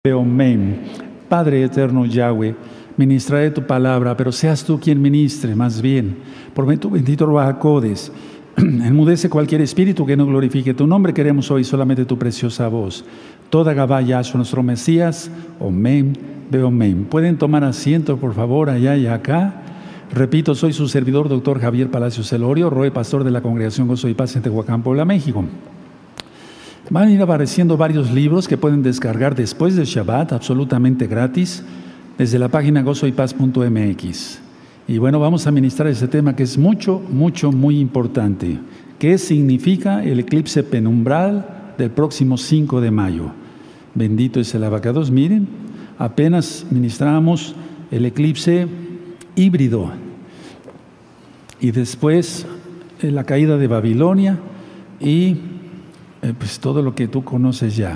Amén. Padre eterno Yahweh, ministraré tu palabra, pero seas tú quien ministre, más bien. Por tu bendito Ruach HaKodesh, enmudece cualquier espíritu que no glorifique tu nombre. Queremos hoy solamente tu preciosa voz. Toda Gabá Yahshua, nuestro Mesías. Amén. Amén. Pueden tomar asiento, por favor, allá y acá. Repito, soy su servidor, doctor Javier Palacios Elorio, Roe, pastor de la Congregación Gozo y Paz en Tehuacán, Puebla, México. Van a ir apareciendo varios libros que pueden descargar después del Shabbat, absolutamente gratis, desde la página gozoypaz.mx. Y bueno, vamos a ministrar ese tema que es muy importante. ¿Qué significa el eclipse penumbral del próximo 5 de mayo? Bendito es el abacados. Miren, apenas ministramos el eclipse híbrido. Y después la caída de Babilonia y pues todo lo que tú conoces ya.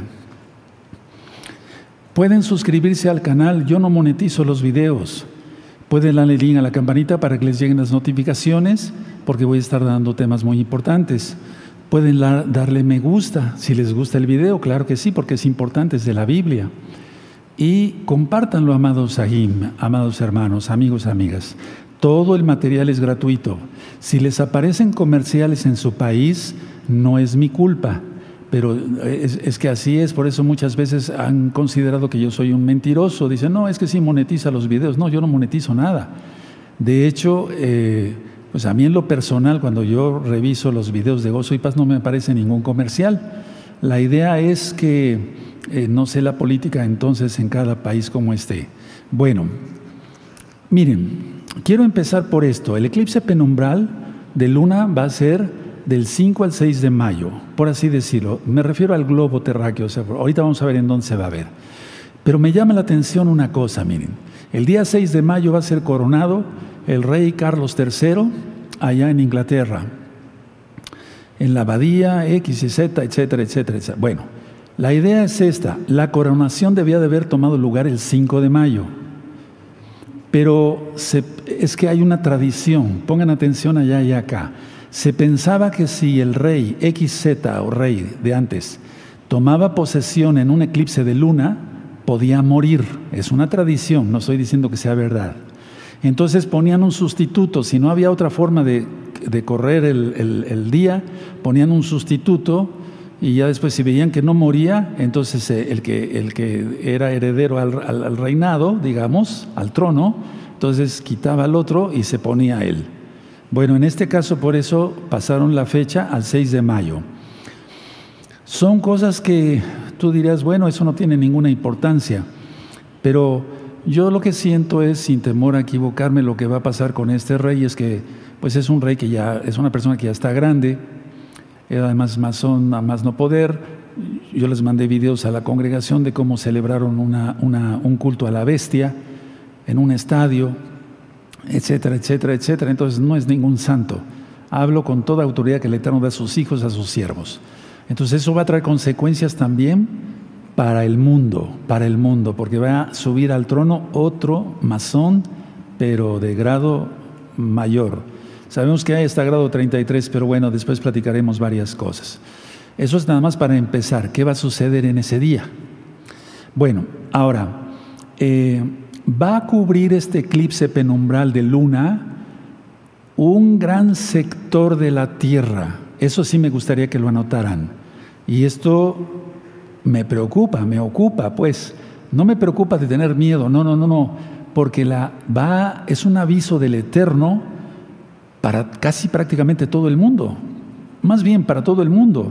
Pueden suscribirse al canal, yo no monetizo los videos. Pueden darle link a la campanita para que les lleguen las notificaciones, porque voy a estar dando temas muy importantes. Pueden darle me gusta, si les gusta el video, claro que sí, porque es importante, es de la Biblia. Y compártanlo, amados Sahim, amados hermanos, amigos, amigas. Todo el material es gratuito. Si les aparecen comerciales en su país, no es mi culpa. Pero es que así es, por eso muchas veces han considerado que yo soy un mentiroso. Dicen, no, es que sí monetiza los videos. No, yo no monetizo nada. De hecho, pues a mí en lo personal, cuando yo reviso los videos de Gozo y Paz, no me aparece ningún comercial. La idea es que no sé la política entonces en cada país como esté. Bueno, miren, quiero empezar por esto. El eclipse penumbral de luna va a ser del 5 al 6 de mayo, por así decirlo. Me refiero al globo terráqueo, o sea, ahorita vamos a ver en dónde se va a ver. Pero me llama la atención una cosa, miren. El día 6 de mayo va a ser coronado el rey Carlos III allá en Inglaterra, en la abadía X y Z, etcétera, etcétera, etcétera. Bueno, la idea es esta. La coronación debía de haber tomado lugar el 5 de mayo. Pero es que hay una tradición, pongan atención allá y acá. Se pensaba que si el rey XZ o rey de antes tomaba posesión en un eclipse de luna, podía morir. Es una tradición, no estoy diciendo que sea verdad. Entonces ponían un sustituto. Si no había otra forma de correr el día, ponían un sustituto y ya después si veían que no moría, entonces el que era heredero al reinado, digamos, al trono, entonces quitaba al otro y se ponía a él. Bueno, en este caso por eso pasaron la fecha al 6 de mayo. Son cosas que tú dirás, bueno, eso no tiene ninguna importancia, pero yo lo que siento es, sin temor a equivocarme, lo que va a pasar con este rey es que pues es un rey que ya es una persona que ya está grande, además masón a más no poder. Yo les mandé videos a la congregación de cómo celebraron un culto a la bestia en un estadio, etcétera, etcétera, etcétera. Entonces no es ningún santo. Hablo con toda autoridad que el Eterno da a sus hijos, a sus siervos. Entonces eso va a traer consecuencias también para el mundo, porque va a subir al trono otro masón, pero de grado mayor. Sabemos que está grado 33, pero bueno, después platicaremos varias cosas. Eso es nada más para empezar. ¿Qué va a suceder en ese día? Bueno, ahora, va a cubrir este eclipse penumbral de luna un gran sector de la Tierra. Eso sí me gustaría que lo anotaran. Y esto me preocupa, me ocupa, pues. No me preocupa de tener miedo, no. Porque es un aviso del Eterno para casi prácticamente todo el mundo. Más bien para todo el mundo.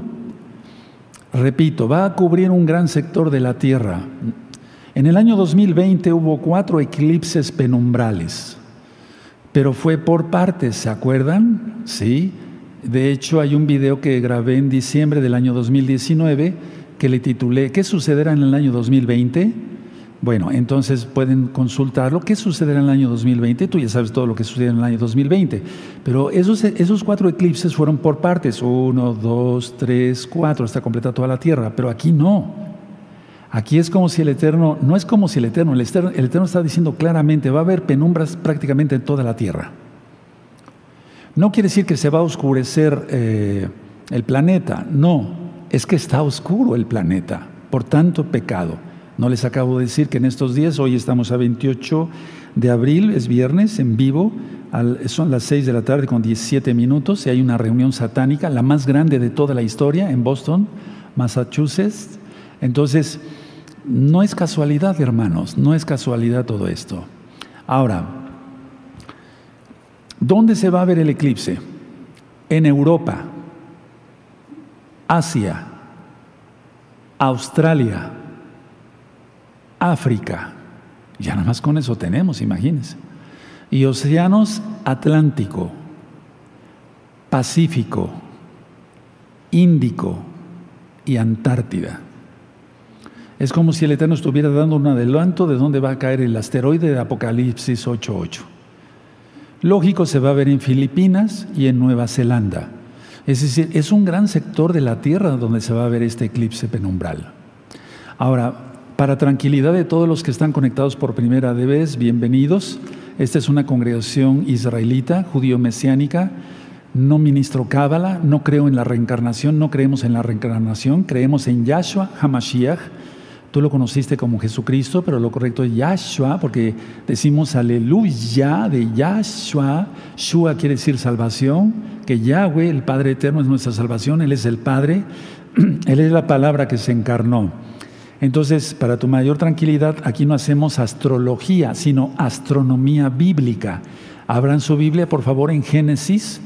Repito, va a cubrir un gran sector de la Tierra. En el año 2020 hubo 4 eclipses penumbrales, pero fue por partes, ¿se acuerdan? Sí. De hecho, hay un video que grabé en diciembre del año 2019 que le titulé ¿Qué sucederá en el año 2020? Bueno, entonces pueden consultarlo. ¿Qué sucederá en el año 2020? Tú ya sabes todo lo que sucede en el año 2020. Pero esos 4 eclipses fueron por partes. 1, 2, 3, 4, hasta completar toda la Tierra. Pero aquí no. Aquí es como si el Eterno, no es como si el Eterno está diciendo claramente, va a haber penumbras prácticamente en toda la Tierra. No quiere decir que se va a oscurecer el planeta, no, es que está oscuro el planeta por tanto pecado. No les acabo de decir que en estos días, hoy estamos a 28 de abril, es viernes, en vivo, son las 6 de la tarde con 17 minutos, y hay una reunión satánica, la más grande de toda la historia, en Boston, Massachusetts. Entonces, no es casualidad, hermanos, no es casualidad todo esto. Ahora, ¿dónde se va a ver el eclipse? En Europa, Asia, Australia, África. Ya nada más con eso tenemos, imagínense. Y océanos Atlántico, Pacífico, Índico y Antártida. Es como si el Eterno estuviera dando un adelanto de dónde va a caer el asteroide de Apocalipsis 8:8. Lógico, se va a ver en Filipinas y en Nueva Zelanda. Es decir, es un gran sector de la Tierra donde se va a ver este eclipse penumbral. Ahora, para tranquilidad de todos los que están conectados por primera vez, bienvenidos. Esta es una congregación israelita, judío-mesiánica. No ministro cábala, no creo en la reencarnación, no creemos en la reencarnación, creemos en Yahshua HaMashiach. Tú lo conociste como Jesucristo, pero lo correcto es Yahshua, porque decimos aleluya de Yahshua. Shua quiere decir salvación, que Yahweh, el Padre Eterno, es nuestra salvación. Él es el Padre, Él es la palabra que se encarnó. Entonces, para tu mayor tranquilidad, aquí no hacemos astrología, sino astronomía bíblica. Abran su Biblia, por favor, en Génesis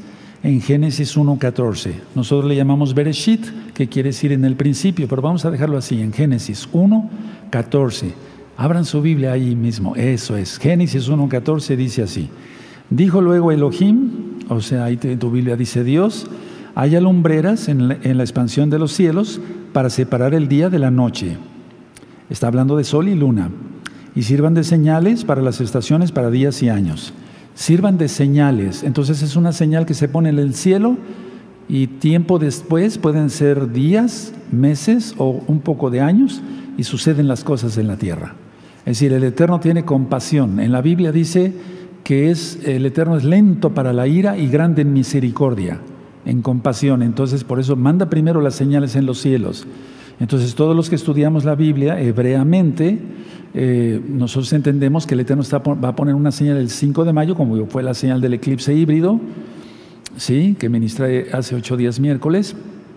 1:14. Nosotros le llamamos Bereshit, que quiere decir en el principio, pero vamos a dejarlo así, en Génesis 1:14. Abran su Biblia ahí mismo, eso es. Génesis 1:14 dice así: dijo luego Elohim, o sea, ahí en tu Biblia dice Dios, haya lumbreras en la expansión de los cielos para separar el día de la noche. Está hablando de sol y luna. Y sirvan de señales para las estaciones, para días y años. Sirvan de señales. Entonces es una señal que se pone en el cielo y tiempo después pueden ser días, meses o un poco de años y suceden las cosas en la tierra. Es decir, el Eterno tiene compasión. En la Biblia dice que el Eterno es lento para la ira y grande en misericordia, en compasión. Entonces por eso manda primero las señales en los cielos. Entonces todos los que estudiamos la Biblia hebreamente, nosotros entendemos que el Eterno va a poner una señal el 5 de mayo, como fue la señal del eclipse híbrido, ¿sí?, que ministré hace 8 días miércoles.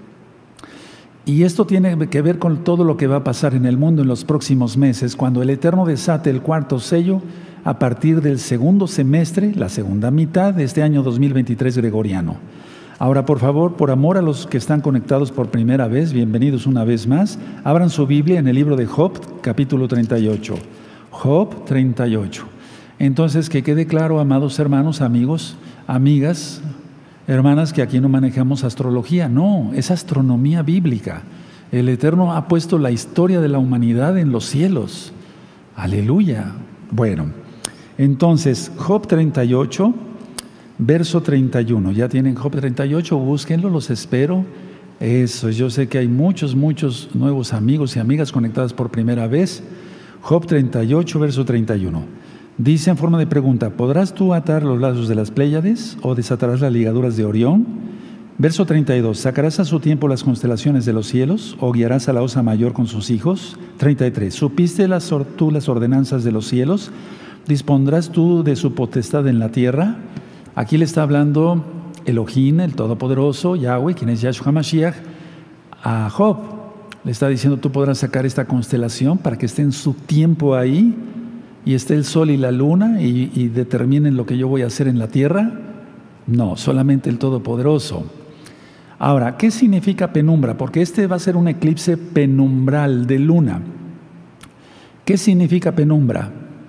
Y esto tiene que ver con todo lo que va a pasar en el mundo en los próximos meses, cuando el Eterno desate el cuarto sello a partir del segundo semestre, la segunda mitad de este año 2023 gregoriano. Ahora, por favor, por amor a los que están conectados por primera vez, bienvenidos una vez más, abran su Biblia en el libro de Job, capítulo 38. Job 38. Entonces, que quede claro, amados hermanos, amigos, amigas, hermanas, que aquí no manejamos astrología, no, es astronomía bíblica. El Eterno ha puesto la historia de la humanidad en los cielos. Aleluya. Bueno, entonces, Job 38, verso 31. ¿Ya tienen Job 38? Búsquenlo, los espero. Eso, yo sé que hay muchos nuevos amigos y amigas conectadas por primera vez. Job 38, verso 31. Dice en forma de pregunta: ¿podrás tú atar los lazos de las Pléyades o desatarás las ligaduras de Orión? Verso 32. ¿Sacarás a su tiempo las constelaciones de los cielos o guiarás a la osa mayor con sus hijos? 33. ¿Supiste tú las ordenanzas de los cielos? ¿Dispondrás tú de su potestad en la tierra? Aquí le está hablando Elohim, el Todopoderoso, Yahweh, quien es Yahshua HaMashiach, a Job. Le está diciendo: tú podrás sacar esta constelación para que esté en su tiempo ahí y esté el sol y la luna y determinen lo que yo voy a hacer en la tierra. No, solamente el Todopoderoso. Ahora, ¿qué significa penumbra? Porque este va a ser un eclipse penumbral de luna. ¿Qué significa penumbra?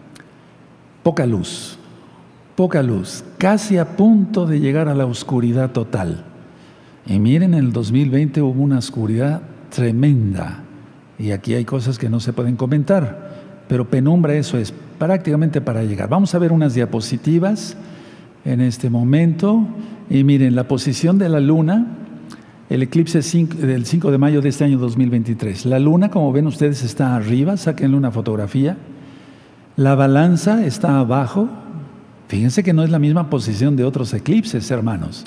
Poca luz. Poca luz, casi a punto de llegar a la oscuridad total. Y miren, en el 2020 hubo una oscuridad tremenda. Y aquí hay cosas que no se pueden comentar. Pero penumbra, eso es prácticamente para llegar. Vamos a ver unas diapositivas en este momento. Y miren, la posición de la luna, el eclipse del 5 de mayo de este año 2023. La luna, como ven ustedes, está arriba. Sáquenle una fotografía. La balanza está abajo. Fíjense que no es la misma posición de otros eclipses, hermanos.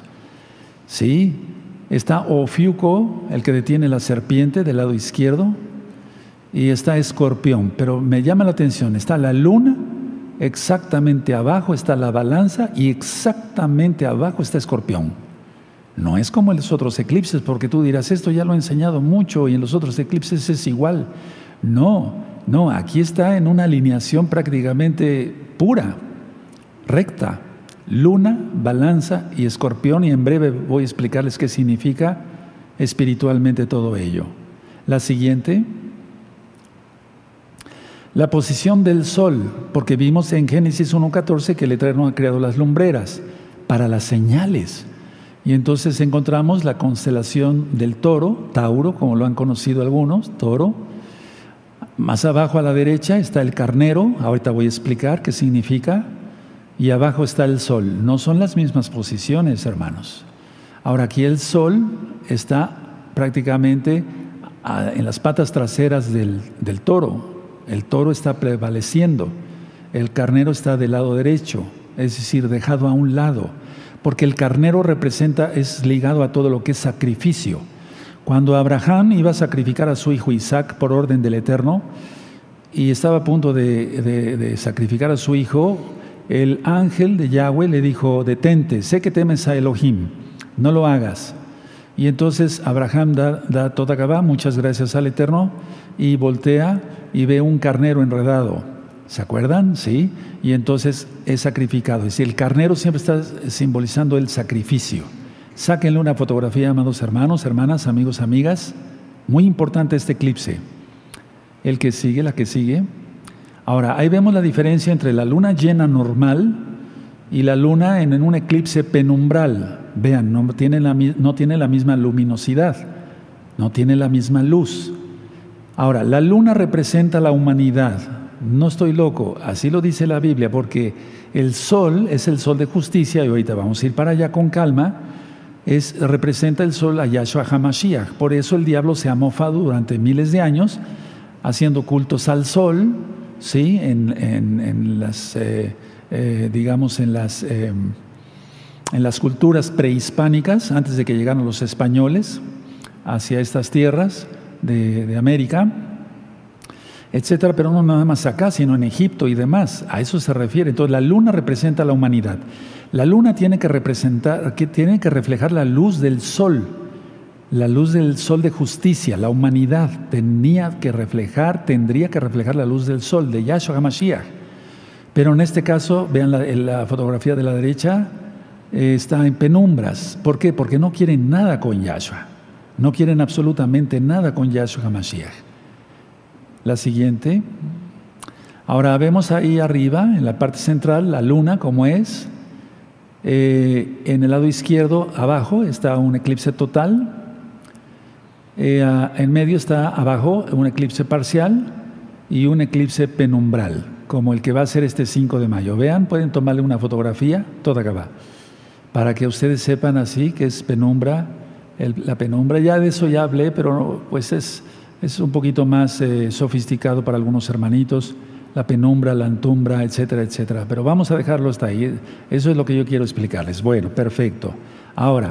Sí, está Ofiuco, el que detiene la serpiente, del lado izquierdo, y está Escorpión, pero me llama la atención, está la luna, exactamente abajo está la balanza y exactamente abajo está Escorpión. No es como en los otros eclipses, porque tú dirás, esto ya lo he enseñado mucho y en los otros eclipses es igual. No, aquí está en una alineación prácticamente pura, recta. Luna, balanza y Escorpión, y en breve voy a explicarles qué significa espiritualmente todo ello. La siguiente, la posición del Sol, porque vimos en Génesis 1:14 que el Eterno ha creado las lumbreras para las señales. Y entonces encontramos la constelación del Toro, Tauro, como lo han conocido algunos, Toro. Más abajo a la derecha está el Carnero, ahorita voy a explicar qué significa, y abajo está el Sol. No son las mismas posiciones, hermanos. Ahora aquí el Sol está prácticamente en las patas traseras del Toro. El Toro está prevaleciendo, el Carnero está del lado derecho, es decir, dejado a un lado. Porque el carnero es ligado a todo lo que es sacrificio. Cuando Abraham iba a sacrificar a su hijo Isaac por orden del Eterno y estaba a punto de sacrificar a su hijo, el ángel de Yahweh le dijo, detente, sé que temes a Elohim, no lo hagas. Y entonces Abraham da toda Gabá, muchas gracias al Eterno, y voltea y ve un carnero enredado. ¿Se acuerdan? Sí. Y entonces es sacrificado. Es decir, el carnero siempre está simbolizando el sacrificio. Sáquenle una fotografía, amados hermanos, hermanas, amigos, amigas. Muy importante este eclipse. El que sigue, la que sigue. Ahora, ahí vemos la diferencia entre la luna llena normal y la luna en un eclipse penumbral. Vean, no tiene la misma luminosidad, no tiene la misma luz. Ahora, la luna representa la humanidad. No estoy loco, así lo dice la Biblia, porque el sol es el sol de justicia, y ahorita vamos a ir para allá con calma, representa el sol a Yahshua HaMashiach. Por eso el diablo se ha mofado durante miles de años, haciendo cultos al sol, ¿sí? En las culturas prehispánicas, antes de que llegaran los españoles hacia estas tierras de América, etcétera, pero no nada más acá, sino en Egipto y demás. A eso se refiere. Entonces, la luna representa a la humanidad. La luna tiene que reflejar la luz del sol de justicia. La humanidad tendría que reflejar la luz del sol, de Yahshua HaMashiach. Pero en este caso, vean la fotografía de la derecha, está en penumbras. ¿Por qué? Porque no quieren nada con Yahshua. No quieren absolutamente nada con Yahshua HaMashiach. La siguiente. Ahora vemos ahí arriba, en la parte central, la luna como es. En el lado izquierdo, abajo, está un eclipse total. En medio está abajo un eclipse parcial y un eclipse penumbral, como el que va a ser este 5 de mayo. Vean, pueden tomarle una fotografía, toda acá, para que ustedes sepan así que es penumbra. La penumbra, ya de eso ya hablé, pero pues es un poquito más sofisticado para algunos hermanitos, la penumbra, la antumbra, etcétera, etcétera. Pero vamos a dejarlo hasta ahí. Eso es lo que yo quiero explicarles. Bueno, perfecto. Ahora,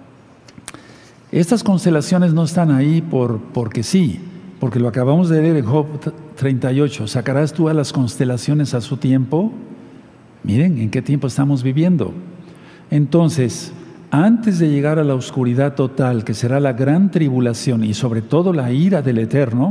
estas constelaciones no están ahí porque sí, porque lo acabamos de leer en Job 38. ¿Sacarás tú a las constelaciones a su tiempo? Miren, ¿en qué tiempo estamos viviendo? Entonces, antes de llegar a la oscuridad total, que será la gran tribulación y sobre todo la ira del Eterno,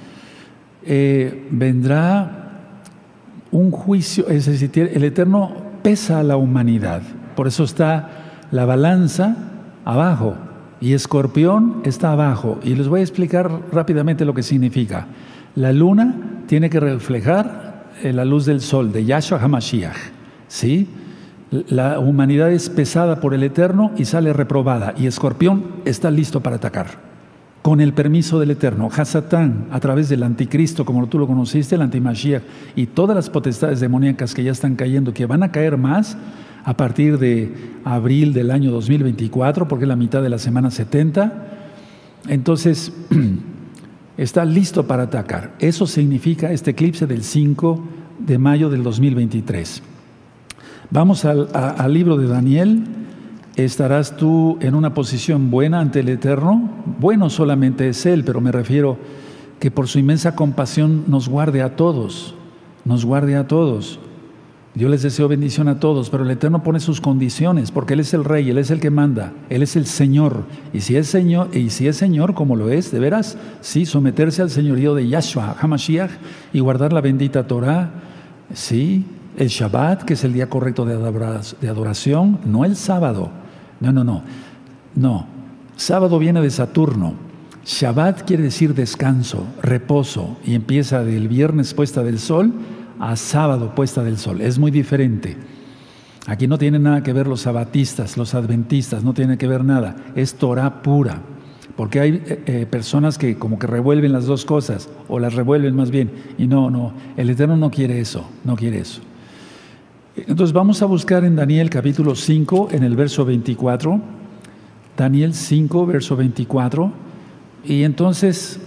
vendrá un juicio. Es decir, el Eterno pesa a la humanidad. Por eso está la balanza abajo y Escorpión está abajo. Y les voy a explicar rápidamente lo que significa. La luna tiene que reflejar la luz del sol, de Yahshua HaMashiach, ¿sí? La humanidad es pesada por el Eterno y sale reprobada, y Escorpión está listo para atacar con el permiso del Eterno. Hasatán, a través del anticristo, como tú lo conociste, el antimashiach, y todas las potestades demoníacas que ya están cayendo, que van a caer más a partir de abril del año 2024, porque es la mitad de la semana 70. Entonces está listo para atacar. Eso significa este eclipse del 5 de mayo del 2023. Vamos al libro de Daniel. ¿Estarás tú en una posición buena ante el Eterno? Bueno solamente es Él, pero me refiero que por su inmensa compasión nos guarde a todos, nos guarde a todos. Yo les deseo bendición a todos, pero el Eterno pone sus condiciones, porque Él es el Rey, Él es el que manda, Él es el Señor. Y si es Señor, como lo es, de veras, sí, someterse al señorío de Yahshua HaMashiach y guardar la bendita Torah, sí, el Shabbat, que es el día correcto de adoración, no el sábado. No. Sábado viene de Saturno. Shabbat quiere decir descanso, reposo, y empieza del viernes puesta del sol a sábado puesta del sol. Es muy diferente. Aquí no tienen nada que ver los sabatistas, los adventistas, no tienen que ver nada. Es Torah pura. Porque hay personas que como que revuelven las dos cosas, o las revuelven más bien. Y no, el Eterno no quiere eso, no quiere eso. Entonces vamos a buscar en Daniel capítulo 5, en el verso 24. Daniel 5, verso 24. Y entonces,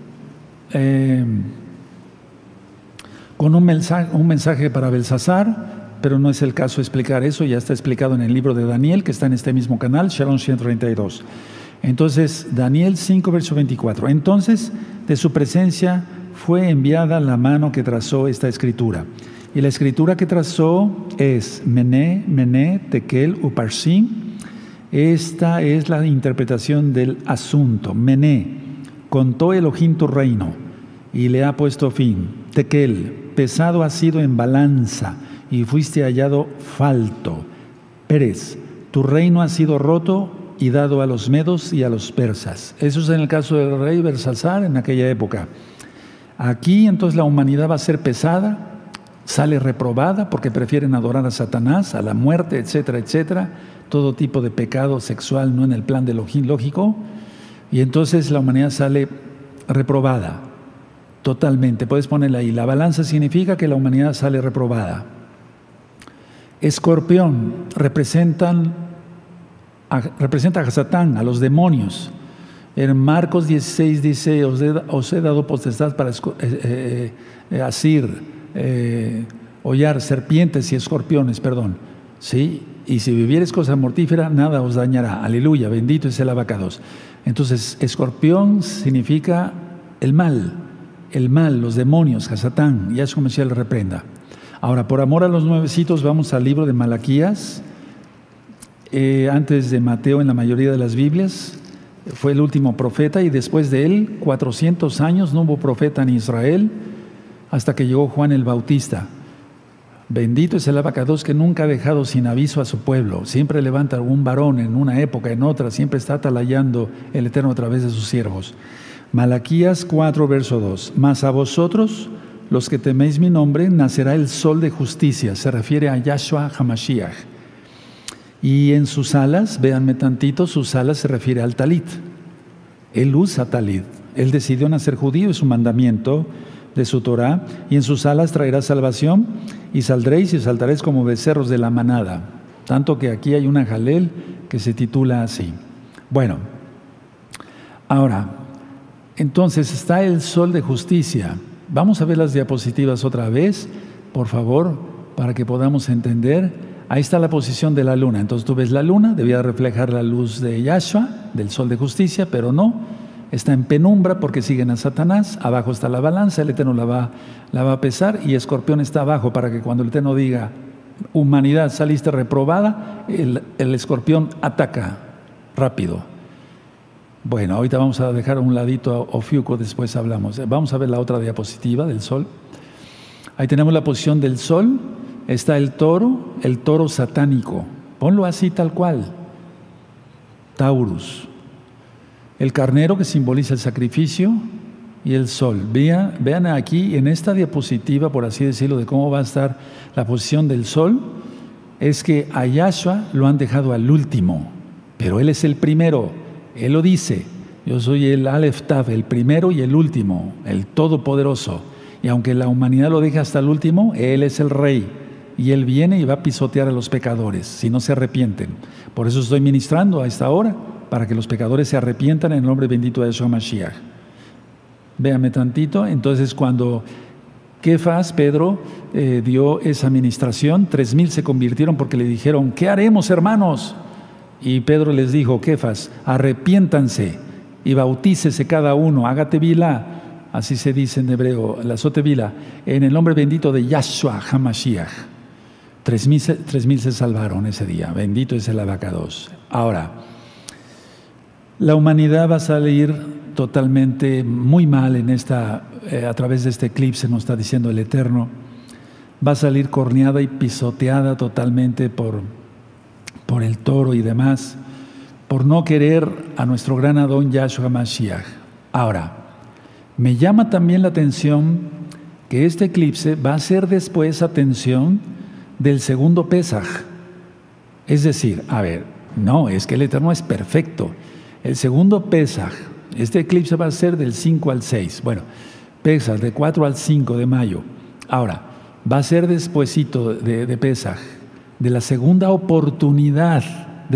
con un mensaje para Belsasar, pero no es el caso explicar eso, ya está explicado en el libro de Daniel, que está en este mismo canal, Shalom 132. Entonces, Daniel 5, verso 24. Entonces, de su presencia fue enviada la mano que trazó esta escritura. Y la escritura que trazó es Mené, Tekel, Uparsim. Esta es la interpretación del asunto. Mené, contó Elohim tu reino y le ha puesto fin. Tekel, pesado ha sido en balanza y fuiste hallado falto. Pérez, tu reino ha sido roto y dado a los medos y a los persas. Eso es en el caso del rey Belsasar en aquella época. Aquí entonces la humanidad va a ser pesada, sale reprobada porque prefieren adorar a Satanás, a la muerte, etcétera, etcétera, todo tipo de pecado sexual no en el plan de Elohim lógico, y entonces la humanidad sale reprobada totalmente. Puedes ponerla ahí. La balanza significa que la humanidad sale reprobada. Escorpión representa a Satán, a los demonios. En Marcos 16 dice, os he dado potestad para hollar serpientes y escorpiones, ¿sí? Y si vivieres cosa mortífera, nada os dañará. Aleluya, bendito es el abacados. Entonces, escorpión significa el mal, los demonios, a Satán, y Yahshua Mashiach le reprenda. Ahora, por amor a los nuevecitos, vamos al libro de Malaquías, antes de Mateo en la mayoría de las Biblias. Fue el último profeta y después de él, 400 años no hubo profeta en Israel hasta que llegó Juan el Bautista. Bendito es el abacados que nunca ha dejado sin aviso a su pueblo. Siempre levanta algún varón en una época, en otra, siempre está atalayando el Eterno a través de sus siervos. Malaquías 4, verso 2. Mas a vosotros, los que teméis mi nombre, nacerá el sol de justicia. Se refiere a Yahshua HaMashiach. Y en sus alas, véanme tantito, sus alas se refiere al talit. Él usa talit. Él decidió nacer judío, es su mandamiento de su Torah, y en sus alas traerá salvación, y saldréis y saltaréis como becerros de la manada. Tanto que aquí hay una jalel que se titula así. Bueno, ahora, entonces está el sol de justicia. Vamos a ver las diapositivas otra vez, por favor, para que podamos entender. Ahí está la posición de la luna. Entonces tú ves la luna, debía reflejar la luz de Yahshua, del sol de justicia, pero no. Está en penumbra porque siguen a Satanás. Abajo está la balanza, el Eterno la va a pesar, y Escorpión está abajo para que cuando el Eterno diga, humanidad, saliste reprobada, el Escorpión ataca rápido. Bueno, ahorita vamos a dejar a un ladito a Ofiuco, después hablamos. Vamos a ver la otra diapositiva del sol. Ahí tenemos la posición del sol. Está el toro satánico. Ponlo así tal cual. Taurus. El carnero que simboliza el sacrificio y el sol. Vean aquí en esta diapositiva, por así decirlo, de cómo va a estar la posición del sol. Es que a Yahshua lo han dejado al último, pero Él es el primero. Él lo dice, yo soy el Aleph Tav, el primero y el último, el todopoderoso. Y aunque la humanidad lo deje hasta el último, Él es el rey. Y Él viene y va a pisotear a los pecadores, si no se arrepienten. Por eso estoy ministrando a esta hora, para que los pecadores se arrepientan en el nombre bendito de Yahshua Mashiach. Véame tantito. Entonces cuando Kefas, Pedro, dio esa ministración, 3,000 se convirtieron porque le dijeron, ¿qué haremos, hermanos? Y Pedro les dijo, Kefas, arrepiéntanse y bautícese cada uno, hágate vilá, así se dice en hebreo, la Sotevila, en el nombre bendito de Yahshua HaMashiach. 3,000 se salvaron ese día, bendito es el abacados. Ahora, la humanidad va a salir totalmente muy mal en a través de este eclipse, nos está diciendo el Eterno, va a salir corneada y pisoteada totalmente por el toro y demás, por no querer a nuestro gran Adón Yahshua Mashiach. Ahora, me llama también la atención que este eclipse va a ser después, atención, del segundo Pesaj. Es decir, no, es que el Eterno es perfecto. El segundo Pesaj, este eclipse va a ser del 5 al 6. Bueno, Pesaj, de 4 al 5 de mayo. Ahora, va a ser despuesito de Pesaj, de la segunda oportunidad,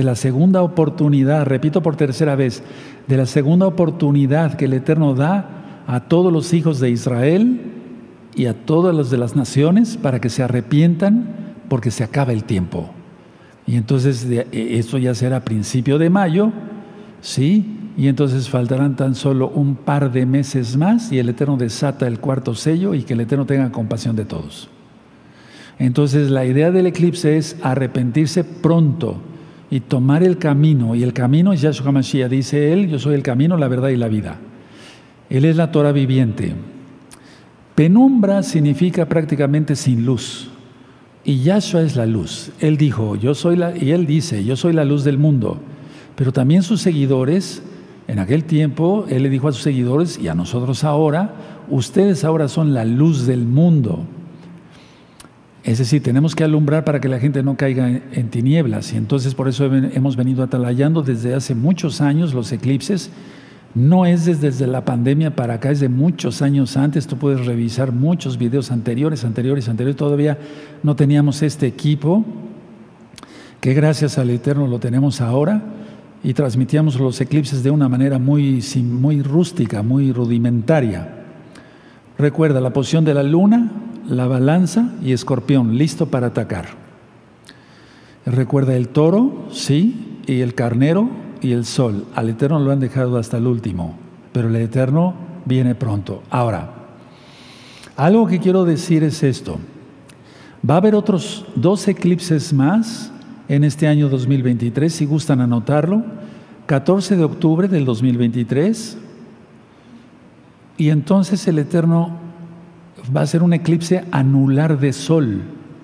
repito por tercera vez, de la segunda oportunidad que el Eterno da a todos los hijos de Israel y a todos los de las naciones para que se arrepientan porque se acaba el tiempo. Y entonces esto ya será a principio de mayo, ¿sí? Y entonces faltarán tan solo un par de meses más y el Eterno desata el cuarto sello y que el Eterno tenga compasión de todos. Entonces la idea del eclipse es arrepentirse pronto y tomar el camino, y el camino es Yahshua HaMashiach, dice él, yo soy el camino, la verdad y la vida. Él es la Torah viviente. Penumbra significa prácticamente sin luz, y Yahshua es la luz. Él dijo, él dice, yo soy la luz del mundo, pero también sus seguidores, en aquel tiempo, él le dijo a sus seguidores, y a nosotros ahora, ustedes ahora son la luz del mundo. Es decir, tenemos que alumbrar para que la gente no caiga en tinieblas. Y entonces por eso hemos venido atalayando desde hace muchos años los eclipses. No es desde la pandemia para acá, es de muchos años antes. Tú puedes revisar muchos videos anteriores. Todavía no teníamos este equipo, que gracias al Eterno lo tenemos ahora. Y transmitíamos los eclipses de una manera muy rústica, muy rudimentaria. Recuerda la posición de la luna, la balanza y Escorpión, listo para atacar. Recuerda el toro, sí, y el carnero y el sol. Al Eterno lo han dejado hasta el último, pero el Eterno viene pronto. Ahora, algo que quiero decir es esto. Va a haber otros 2 eclipses más en este año 2023, si gustan anotarlo. 14 de octubre del 2023. Y entonces el Eterno va a ser un eclipse anular de sol.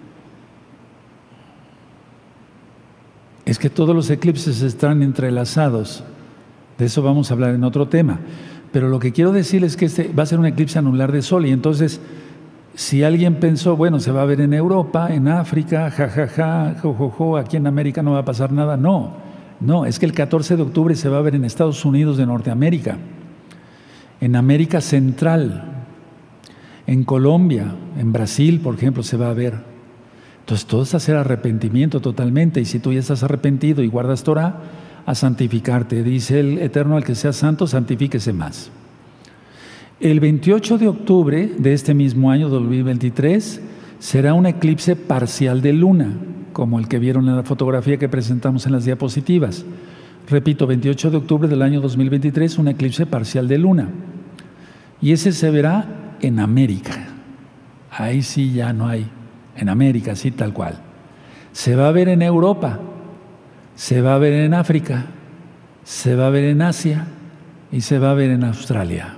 Es que todos los eclipses están entrelazados. De eso vamos a hablar en otro tema. Pero lo que quiero decir es que este va a ser un eclipse anular de sol. Y entonces, si alguien pensó, bueno, se va a ver en Europa, en África, aquí en América no va a pasar nada. No, es que el 14 de octubre se va a ver en Estados Unidos de Norteamérica, en América Central, en Colombia, en Brasil, por ejemplo, se va a ver. Entonces, todo es hacer arrepentimiento totalmente. Y si tú ya estás arrepentido y guardas Torah, a santificarte. Dice el Eterno, al que sea santo, santifíquese más. El 28 de octubre de este mismo año, 2023, será un eclipse parcial de luna, como el que vieron en la fotografía que presentamos en las diapositivas. Repito, 28 de octubre del año 2023, un eclipse parcial de luna. Y ese se verá en América. Ahí sí ya no hay. En América, sí, tal cual. Se va a ver en Europa, se va a ver en África, se va a ver en Asia y se va a ver en Australia.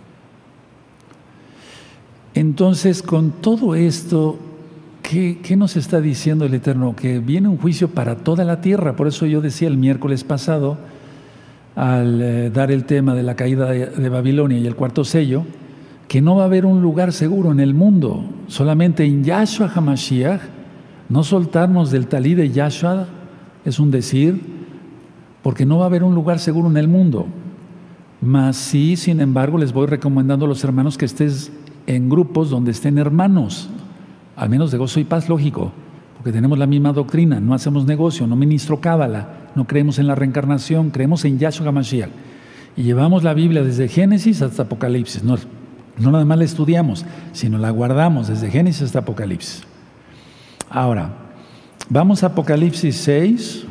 Entonces, con todo esto, ¿qué nos está diciendo el Eterno? Que viene un juicio para toda la tierra. Por eso yo decía el miércoles pasado, al dar el tema de la caída de Babilonia y el cuarto sello, que no va a haber un lugar seguro en el mundo, solamente en Yahshua HaMashiach. No soltarnos del talí de Yahshua es un decir, porque no va a haber un lugar seguro en el mundo. Mas sí, sin embargo, les voy recomendando a los hermanos que estés en grupos donde estén hermanos, al menos de gozo y paz, lógico, porque tenemos la misma doctrina, no hacemos negocio, no ministro cábala, no creemos en la reencarnación, creemos en Yahshua HaMashiach. Y llevamos la Biblia desde Génesis hasta Apocalipsis. No nada más la estudiamos, sino la guardamos desde Génesis hasta Apocalipsis. Ahora, vamos a Apocalipsis 6.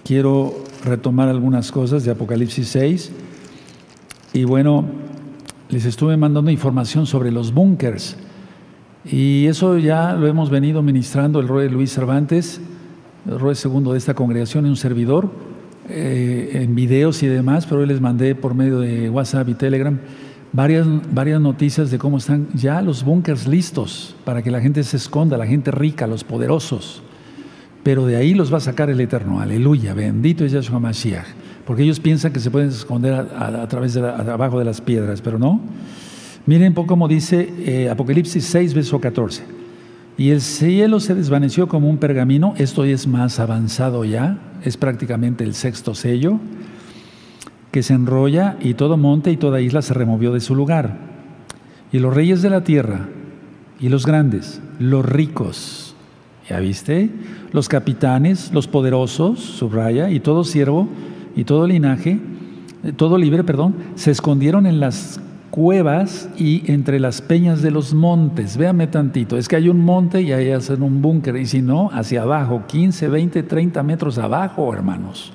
Quiero retomar algunas cosas de Apocalipsis 6. Y bueno, les estuve mandando información sobre los búnkers. Y eso ya lo hemos venido ministrando el Roe Luis Cervantes, el Roe segundo de esta congregación, y un servidor, en videos y demás, pero hoy les mandé por medio de WhatsApp y Telegram varias noticias de cómo están ya los búnkers listos para que la gente se esconda, la gente rica, los poderosos. Pero de ahí los va a sacar el Eterno. Aleluya, bendito es Yahshua Mashiach. Porque ellos piensan que se pueden esconder a través de abajo de las piedras, pero no. Miren cómo dice Apocalipsis 6, verso 14. Y el cielo se desvaneció como un pergamino. Esto es más avanzado ya, es prácticamente el sexto sello, que se enrolla, y todo monte y toda isla se removió de su lugar. Y los reyes de la tierra, y los grandes, los ricos, ¿ya viste? Los capitanes, los poderosos, subraya, y todo siervo, y todo linaje, todo libre, se escondieron en las cuevas y entre las peñas de los montes. Véame tantito, es que hay un monte y ahí hacen un búnker, y si no, hacia abajo, 15, 20, 30 metros abajo, hermanos.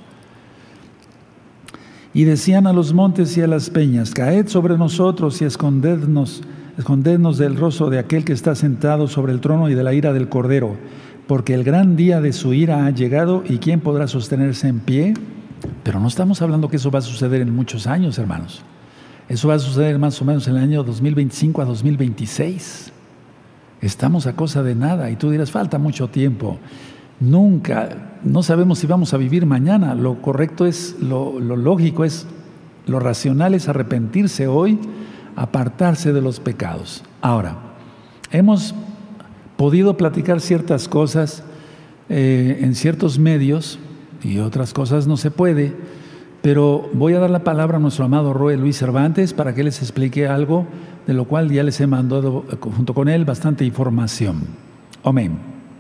Y decían a los montes y a las peñas: caed sobre nosotros y escondednos del rostro de aquel que está sentado sobre el trono y de la ira del Cordero, porque el gran día de su ira ha llegado, y ¿quién podrá sostenerse en pie? Pero no estamos hablando que eso va a suceder en muchos años, hermanos. Eso va a suceder más o menos en el año 2025 a 2026. Estamos a cosa de nada, y tú dirás, falta mucho tiempo. Nunca, no sabemos si vamos a vivir mañana. Lo correcto es, lo lógico es, lo racional es arrepentirse hoy, apartarse de los pecados. Ahora, hemos podido platicar ciertas cosas en ciertos medios, y otras cosas no se puede, pero voy a dar la palabra a nuestro amado Roe Luis Cervantes para que les explique algo de lo cual ya les he mandado junto con él bastante información. Amén.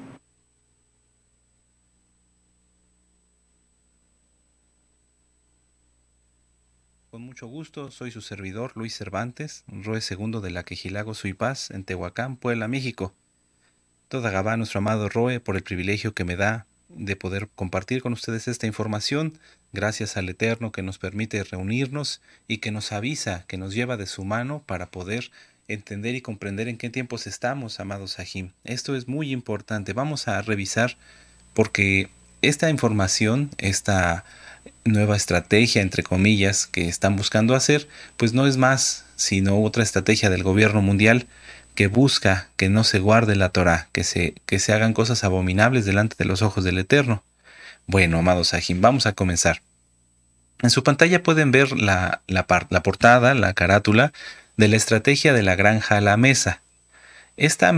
Con mucho gusto, soy su servidor Luis Cervantes, Roe segundo de la Quejilago Suipaz, en Tehuacán, Puebla, México. Toda Gabá, nuestro amado Roe, por el privilegio que me da de poder compartir con ustedes esta información, gracias al Eterno que nos permite reunirnos y que nos avisa, que nos lleva de su mano para poder entender y comprender en qué tiempos estamos, amados Sahim. Esto es muy importante. Vamos a revisar porque esta información, esta nueva estrategia, entre comillas, que están buscando hacer, pues no es más sino otra estrategia del gobierno mundial que busca que no se guarde la Torá, que se hagan cosas abominables delante de los ojos del Eterno. Bueno, amados Sahim, vamos a comenzar. En su pantalla pueden ver la portada, la carátula de la estrategia de la granja a la mesa. Esta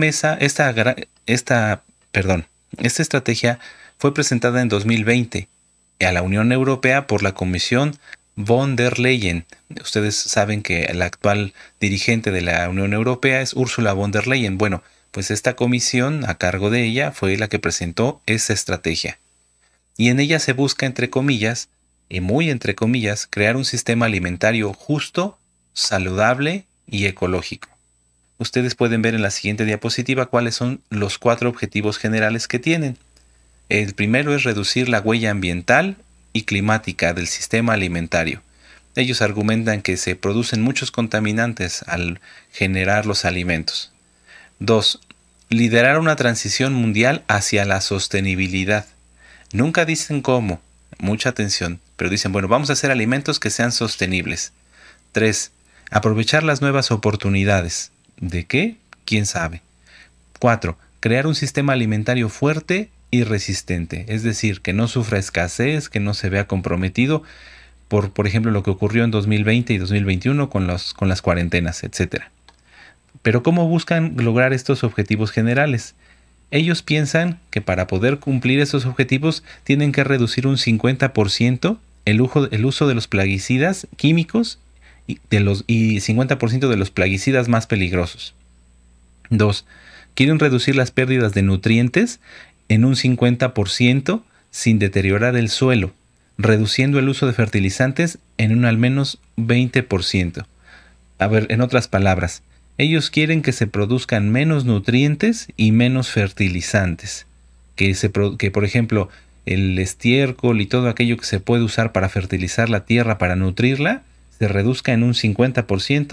estrategia fue presentada en 2020 a la Unión Europea por la Comisión von der Leyen. Ustedes saben que la actual dirigente de la Unión Europea es Ursula von der Leyen. Bueno, pues esta comisión, a cargo de ella, fue la que presentó esa estrategia. Y en ella se busca, entre comillas, y muy entre comillas, crear un sistema alimentario justo, saludable y ecológico. Ustedes pueden ver en la siguiente diapositiva cuáles son los 4 objetivos generales que tienen. El primero es reducir la huella ambiental y climática del sistema alimentario. Ellos argumentan que se producen muchos contaminantes al generar los alimentos. 2. Liderar una transición mundial hacia la sostenibilidad. Nunca dicen cómo, mucha atención, pero dicen, bueno, vamos a hacer alimentos que sean sostenibles. 3. Aprovechar las nuevas oportunidades. ¿De qué? ¿Quién sabe? 4. Crear un sistema alimentario fuerte y resistente, es decir, que no sufra escasez, que no se vea comprometido por ejemplo, lo que ocurrió en 2020 y 2021 con las cuarentenas, etc. Pero ¿cómo buscan lograr estos objetivos generales? Ellos piensan que para poder cumplir estos objetivos tienen que reducir un 50% el uso de los plaguicidas químicos y 50% de los plaguicidas más peligrosos. 2. Quieren reducir las pérdidas de nutrientes en un 50% sin deteriorar el suelo, reduciendo el uso de fertilizantes en un al menos 20%. A ver, en otras palabras, ellos quieren que se produzcan menos nutrientes y menos fertilizantes. Que por ejemplo, el estiércol y todo aquello que se puede usar para fertilizar la tierra, para nutrirla, se reduzca en un 50%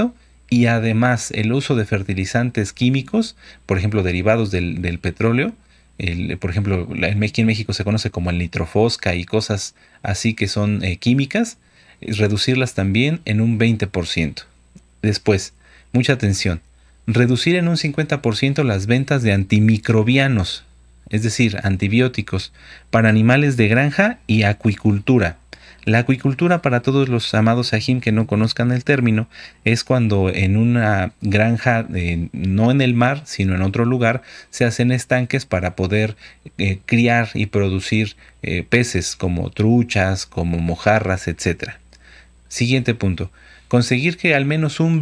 y además el uso de fertilizantes químicos, por ejemplo, derivados del petróleo, por ejemplo, aquí en México se conoce como el nitrofosca y cosas así que son químicas, reducirlas también en un 20%. Después, mucha atención, reducir en un 50% las ventas de antimicrobianos, es decir, antibióticos, para animales de granja y acuicultura. La acuicultura, para todos los amados Sahim que no conozcan el término, es cuando en una granja, no en el mar, sino en otro lugar, se hacen estanques para poder criar y producir peces como truchas, como mojarras, etcétera. Siguiente punto. Conseguir que al menos un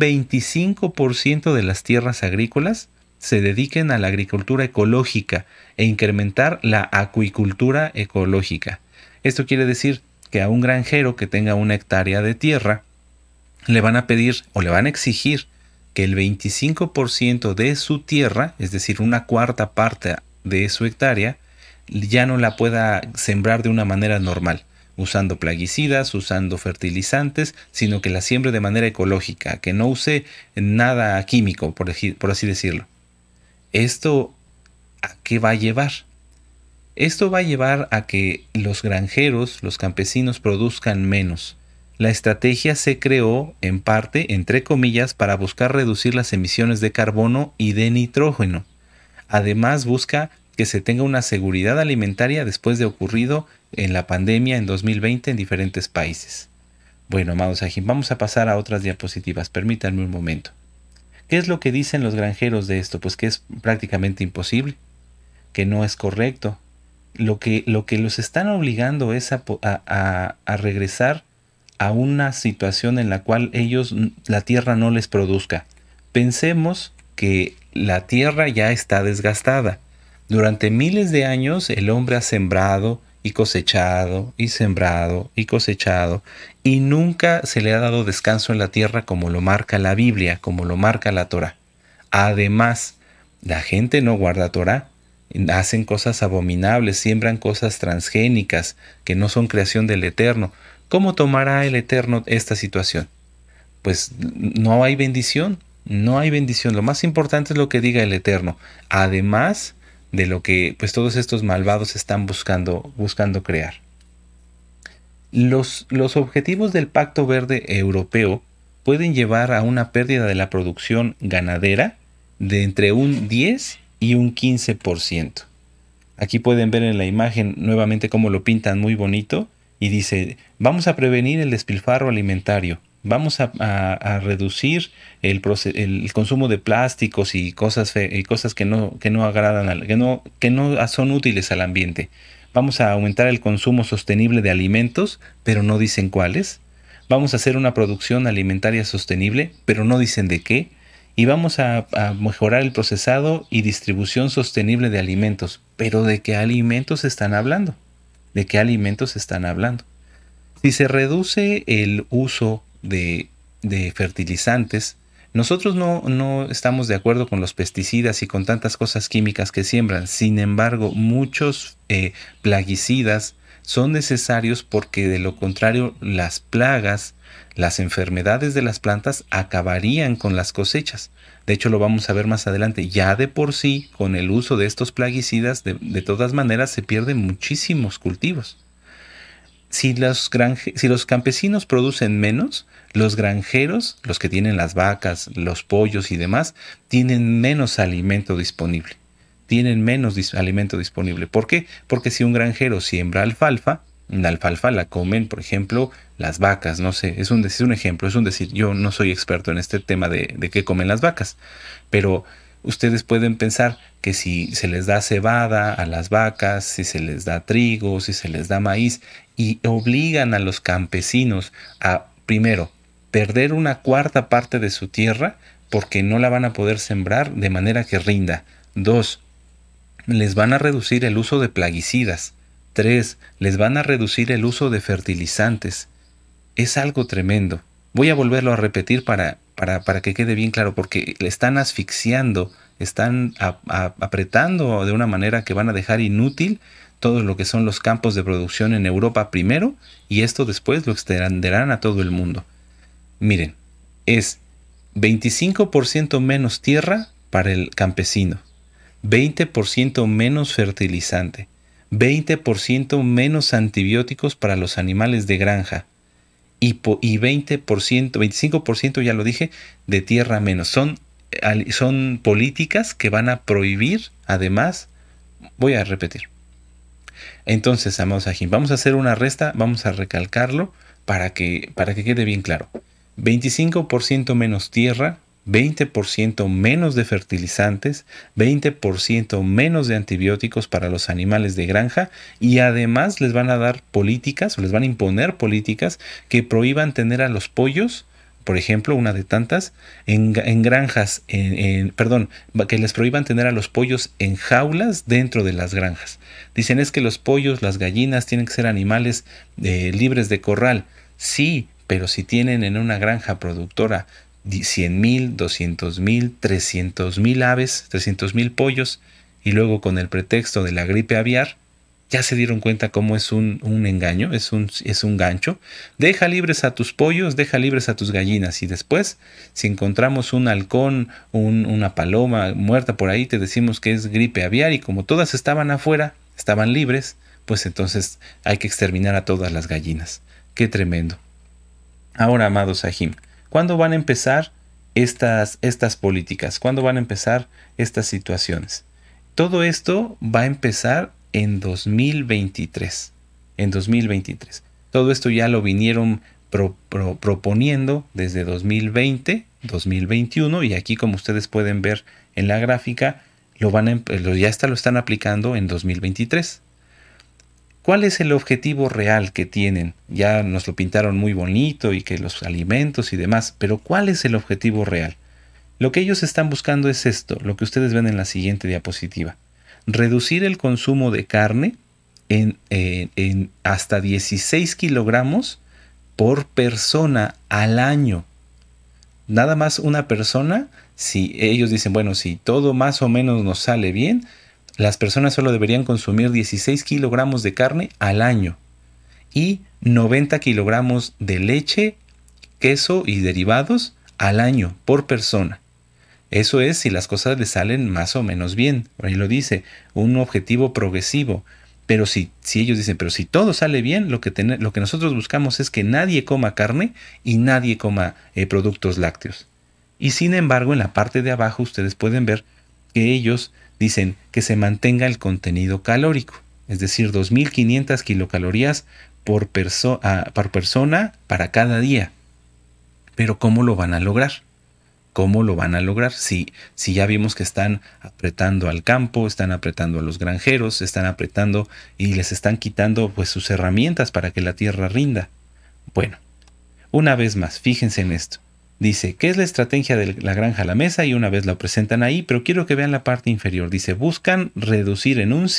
25% de las tierras agrícolas se dediquen a la agricultura ecológica e incrementar la acuicultura ecológica. Esto quiere decir que a un granjero que tenga una hectárea de tierra le van a pedir o le van a exigir que el 25% de su tierra, es decir, una cuarta parte de su hectárea, ya no la pueda sembrar de una manera normal, usando plaguicidas, usando fertilizantes, sino que la siembre de manera ecológica, que no use nada químico, por así decirlo. ¿Esto a qué va a llevar? Esto va a llevar a que los granjeros, los campesinos produzcan menos. La estrategia se creó, en parte, entre comillas, para buscar reducir las emisiones de carbono y de nitrógeno. Además, busca que se tenga una seguridad alimentaria después de ocurrido en la pandemia en 2020 en diferentes países. Bueno, amados Sahim, vamos a pasar a otras diapositivas. Permítanme un momento. ¿Qué es lo que dicen los granjeros de esto? Pues que es prácticamente imposible, que no es correcto. Lo que los están obligando es a regresar a una situación en la cual la tierra no les produzca. Pensemos que la tierra ya está desgastada. Durante miles de años el hombre ha sembrado y cosechado y sembrado y cosechado y nunca se le ha dado descanso en la tierra como lo marca la Biblia, como lo marca la Torá. Además, la gente no guarda Torá. Hacen cosas abominables, siembran cosas transgénicas que no son creación del Eterno. ¿Cómo tomará el Eterno esta situación? Pues no hay bendición, no hay bendición. Lo más importante es lo que diga el Eterno, además de lo que pues todos estos malvados están buscando crear. Los objetivos del Pacto Verde Europeo pueden llevar a una pérdida de la producción ganadera de entre un 10 y un 15%. Aquí pueden ver en la imagen nuevamente cómo lo pintan muy bonito y dice, vamos a prevenir el despilfarro alimentario, vamos a reducir el consumo de plásticos y cosas que no agradan, que no son útiles al ambiente. Vamos a aumentar el consumo sostenible de alimentos, pero no dicen cuáles. Vamos a hacer una producción alimentaria sostenible, pero no dicen de qué. Y vamos a mejorar el procesado y distribución sostenible de alimentos. ¿Pero de qué alimentos están hablando? ¿De qué alimentos están hablando? Si se reduce el uso de fertilizantes, nosotros no estamos de acuerdo con los pesticidas y con tantas cosas químicas que siembran. Sin embargo, muchos plaguicidas son necesarios porque de lo contrario las plagas, las enfermedades de las plantas acabarían con las cosechas. De hecho, lo vamos a ver más adelante. Ya de por sí, con el uso de estos plaguicidas, de todas maneras se pierden muchísimos cultivos. Si los campesinos producen menos, los granjeros, los que tienen las vacas, los pollos y demás, tienen menos alimento disponible. ¿Por qué? Porque si un granjero siembra alfalfa, la alfalfa la comen, por ejemplo, las vacas. No sé, es un ejemplo, es un decir. Yo no soy experto en este tema de qué comen las vacas, pero ustedes pueden pensar que si se les da cebada a las vacas, si se les da trigo, si se les da maíz, y obligan a los campesinos a, primero, perder una cuarta parte de su tierra porque no la van a poder sembrar de manera que rinda. 2, les van a reducir el uso de plaguicidas. 3, les van a reducir el uso de fertilizantes. Es algo tremendo. Voy a volverlo a repetir para que quede bien claro, porque le están asfixiando, están apretando de una manera que van a dejar inútil todo lo que son los campos de producción en Europa primero, y esto después lo extenderán a todo el mundo. Miren, es 25% menos tierra para el campesino, 20% menos fertilizante, 20% menos antibióticos para los animales de granja y 20%, 25%, ya lo dije, de tierra menos. Son políticas que van a prohibir, además, voy a repetir. Entonces, amados Ajim, vamos a hacer una resta, vamos a recalcarlo para que quede bien claro. 25% menos tierra, 20% menos de fertilizantes, 20% menos de antibióticos para los animales de granja y además les van a dar políticas o les van a imponer políticas que prohíban tener a los pollos, por ejemplo, una de tantas, en granjas, perdón, que les prohíban tener a los pollos en jaulas dentro de las granjas. Dicen es que los pollos, las gallinas tienen que ser animales libres de corral. Sí, pero si tienen en una granja productora 100,000, 200,000, 300,000 aves, 300,000 pollos, y luego con el pretexto de la gripe aviar, ya se dieron cuenta cómo es un engaño, es un gancho. Deja libres a tus pollos, deja libres a tus gallinas, y después, si encontramos un halcón, una paloma muerta por ahí, te decimos que es gripe aviar, y como todas estaban afuera, estaban libres, pues entonces hay que exterminar a todas las gallinas. ¡Qué tremendo! Ahora, amados Ajim, ¿cuándo van a empezar estas políticas? ¿Cuándo van a empezar estas situaciones? Todo esto va a empezar en 2023. En 2023. Todo esto ya lo vinieron proponiendo desde 2020, 2021, y aquí, como ustedes pueden ver en la gráfica, lo están aplicando en 2023. ¿Cuál es el objetivo real que tienen? Ya nos lo pintaron muy bonito y que los alimentos y demás, pero ¿cuál es el objetivo real? Lo que ellos están buscando es esto, lo que ustedes ven en la siguiente diapositiva. Reducir el consumo de carne en hasta 16 kilogramos por persona al año. Nada más una persona, si ellos dicen, bueno, si todo más o menos nos sale bien, las personas solo deberían consumir 16 kilogramos de carne al año y 90 kilogramos de leche, queso y derivados al año por persona. Eso es si las cosas les salen más o menos bien. Ahí lo dice, un objetivo progresivo. Pero si ellos dicen, pero si todo sale bien, lo que nosotros buscamos es que nadie coma carne y nadie coma productos lácteos. Y sin embargo, en la parte de abajo ustedes pueden ver que ellos dicen que se mantenga el contenido calórico, es decir, 2.500 kilocalorías por persona para cada día. Pero ¿cómo lo van a lograr? ¿Cómo lo van a lograr? Si ya vimos que están apretando al campo, están apretando a los granjeros, están apretando y les están quitando pues sus herramientas para que la tierra rinda. Bueno, una vez más, fíjense en esto. Dice, ¿qué es la estrategia de la granja a la mesa? Y una vez lo presentan ahí, pero quiero que vean la parte inferior. Dice, buscan reducir en un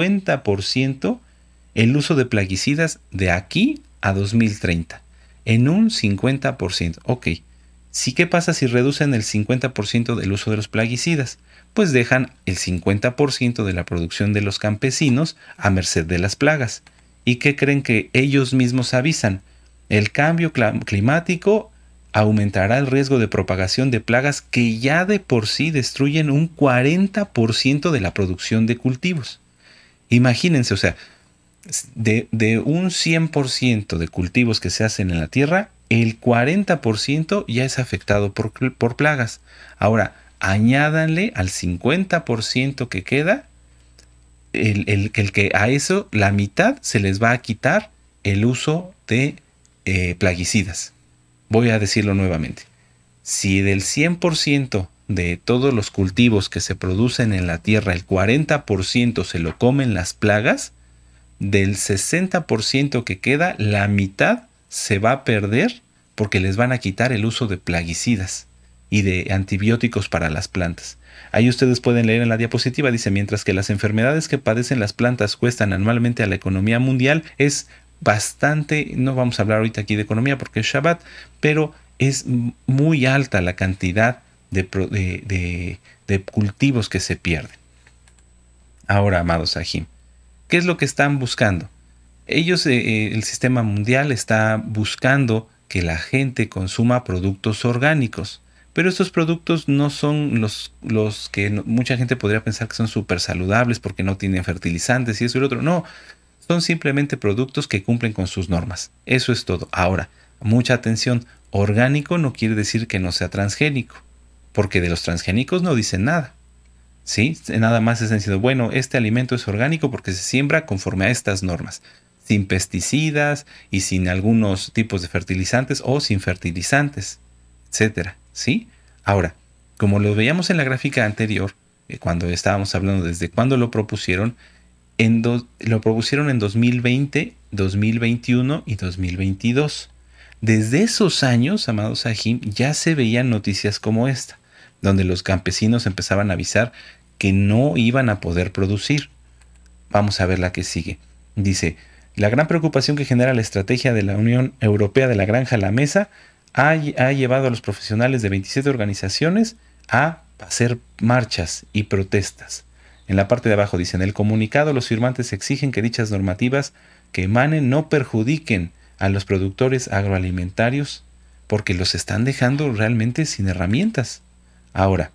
50% el uso de plaguicidas de aquí a 2030. En un 50%. Ok. Sí, ¿qué pasa si reducen el 50% del uso de los plaguicidas? Pues dejan el 50% de la producción de los campesinos a merced de las plagas. ¿Y qué creen que ellos mismos avisan? El cambio climático aumentará el riesgo de propagación de plagas que ya de por sí destruyen un 40% de la producción de cultivos. Imagínense, o sea, de un 100% de cultivos que se hacen en la tierra, el 40% ya es afectado por plagas. Ahora, añádanle al 50% que queda, el que a eso, la mitad se les va a quitar el uso de plaguicidas. Voy a decirlo nuevamente. Si del 100% de todos los cultivos que se producen en la tierra, el 40% se lo comen las plagas, del 60% que queda, la mitad se va a perder porque les van a quitar el uso de plaguicidas y de antibióticos para las plantas. Ahí ustedes pueden leer en la diapositiva, dice, mientras que las enfermedades que padecen las plantas cuestan anualmente a la economía mundial, es bastante, no vamos a hablar ahorita aquí de economía porque es Shabbat, pero es muy alta la cantidad de cultivos que se pierden. Ahora, amados Ajim, ¿qué es lo que están buscando? Ellos, el sistema mundial está buscando que la gente consuma productos orgánicos. Pero estos productos no son los que mucha gente podría pensar que son súper saludables porque no tienen fertilizantes y eso y lo otro. No, son simplemente productos que cumplen con sus normas. Eso es todo. Ahora, mucha atención. Orgánico no quiere decir que no sea transgénico, porque de los transgénicos no dicen nada. ¿Sí? Nada más están diciendo, bueno, este alimento es orgánico porque se siembra conforme a estas normas, sin pesticidas y sin algunos tipos de fertilizantes o sin fertilizantes, etcétera. ¿Sí? Ahora, como lo veíamos en la gráfica anterior, cuando estábamos hablando desde cuándo lo propusieron, lo propusieron en 2020, 2021 y 2022. Desde esos años, amados Sahim, ya se veían noticias como esta, donde los campesinos empezaban a avisar que no iban a poder producir. Vamos a ver la que sigue. Dice, la gran preocupación que genera la estrategia de la Unión Europea de la granja a la mesa ha llevado a los profesionales de 27 organizaciones a hacer marchas y protestas. En la parte de abajo dice, en el comunicado los firmantes exigen que dichas normativas que emanen no perjudiquen a los productores agroalimentarios porque los están dejando realmente sin herramientas. Ahora,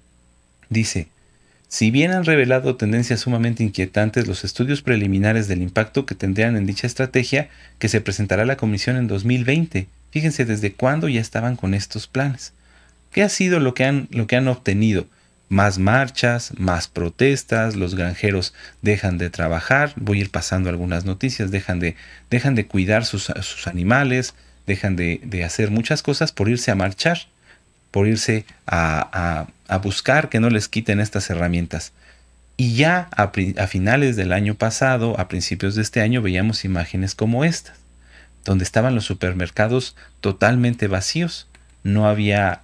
dice, si bien han revelado tendencias sumamente inquietantes los estudios preliminares del impacto que tendrían en dicha estrategia que se presentará a la Comisión en 2020, fíjense desde cuándo ya estaban con estos planes. ¿Qué ha sido lo que han obtenido? Más marchas, más protestas, los granjeros dejan de trabajar, voy a ir pasando algunas noticias, dejan de cuidar sus animales, dejan de hacer muchas cosas por irse a marchar, por irse a buscar que no les quiten estas herramientas. Y ya a finales del año pasado, a principios de este año, veíamos imágenes como estas, donde estaban los supermercados totalmente vacíos. No había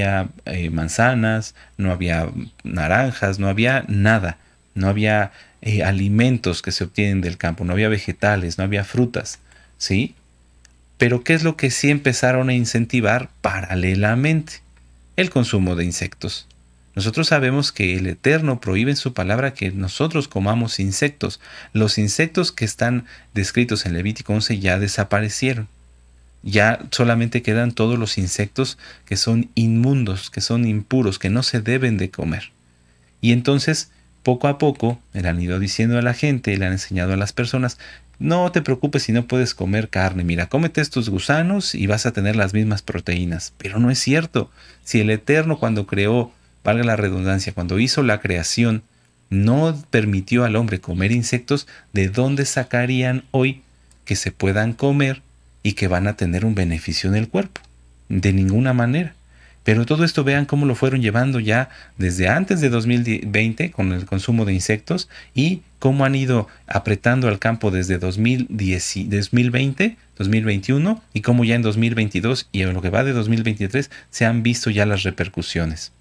manzanas, no había naranjas, no había nada. No había alimentos que se obtienen del campo, no había vegetales, no había frutas, ¿sí? Pero ¿qué es lo que sí empezaron a incentivar paralelamente? El consumo de insectos. Nosotros sabemos que el Eterno prohíbe en su palabra que nosotros comamos insectos. Los insectos que están descritos en Levítico 11 ya desaparecieron. Ya solamente quedan todos los insectos que son inmundos, que son impuros, que no se deben de comer. Y entonces, poco a poco, le han ido diciendo a la gente, le han enseñado a las personas, no te preocupes si no puedes comer carne, mira, cómete estos gusanos y vas a tener las mismas proteínas. Pero no es cierto. Si el Eterno cuando creó, valga la redundancia, cuando hizo la creación, no permitió al hombre comer insectos, ¿de dónde sacarían hoy que se puedan comer y que van a tener un beneficio en el cuerpo? De ninguna manera. Pero todo esto vean cómo lo fueron llevando ya desde antes de 2020 con el consumo de insectos y cómo han ido apretando al campo desde 2020, 2021 y cómo ya en 2022 y en lo que va de 2023 se han visto ya las repercusiones.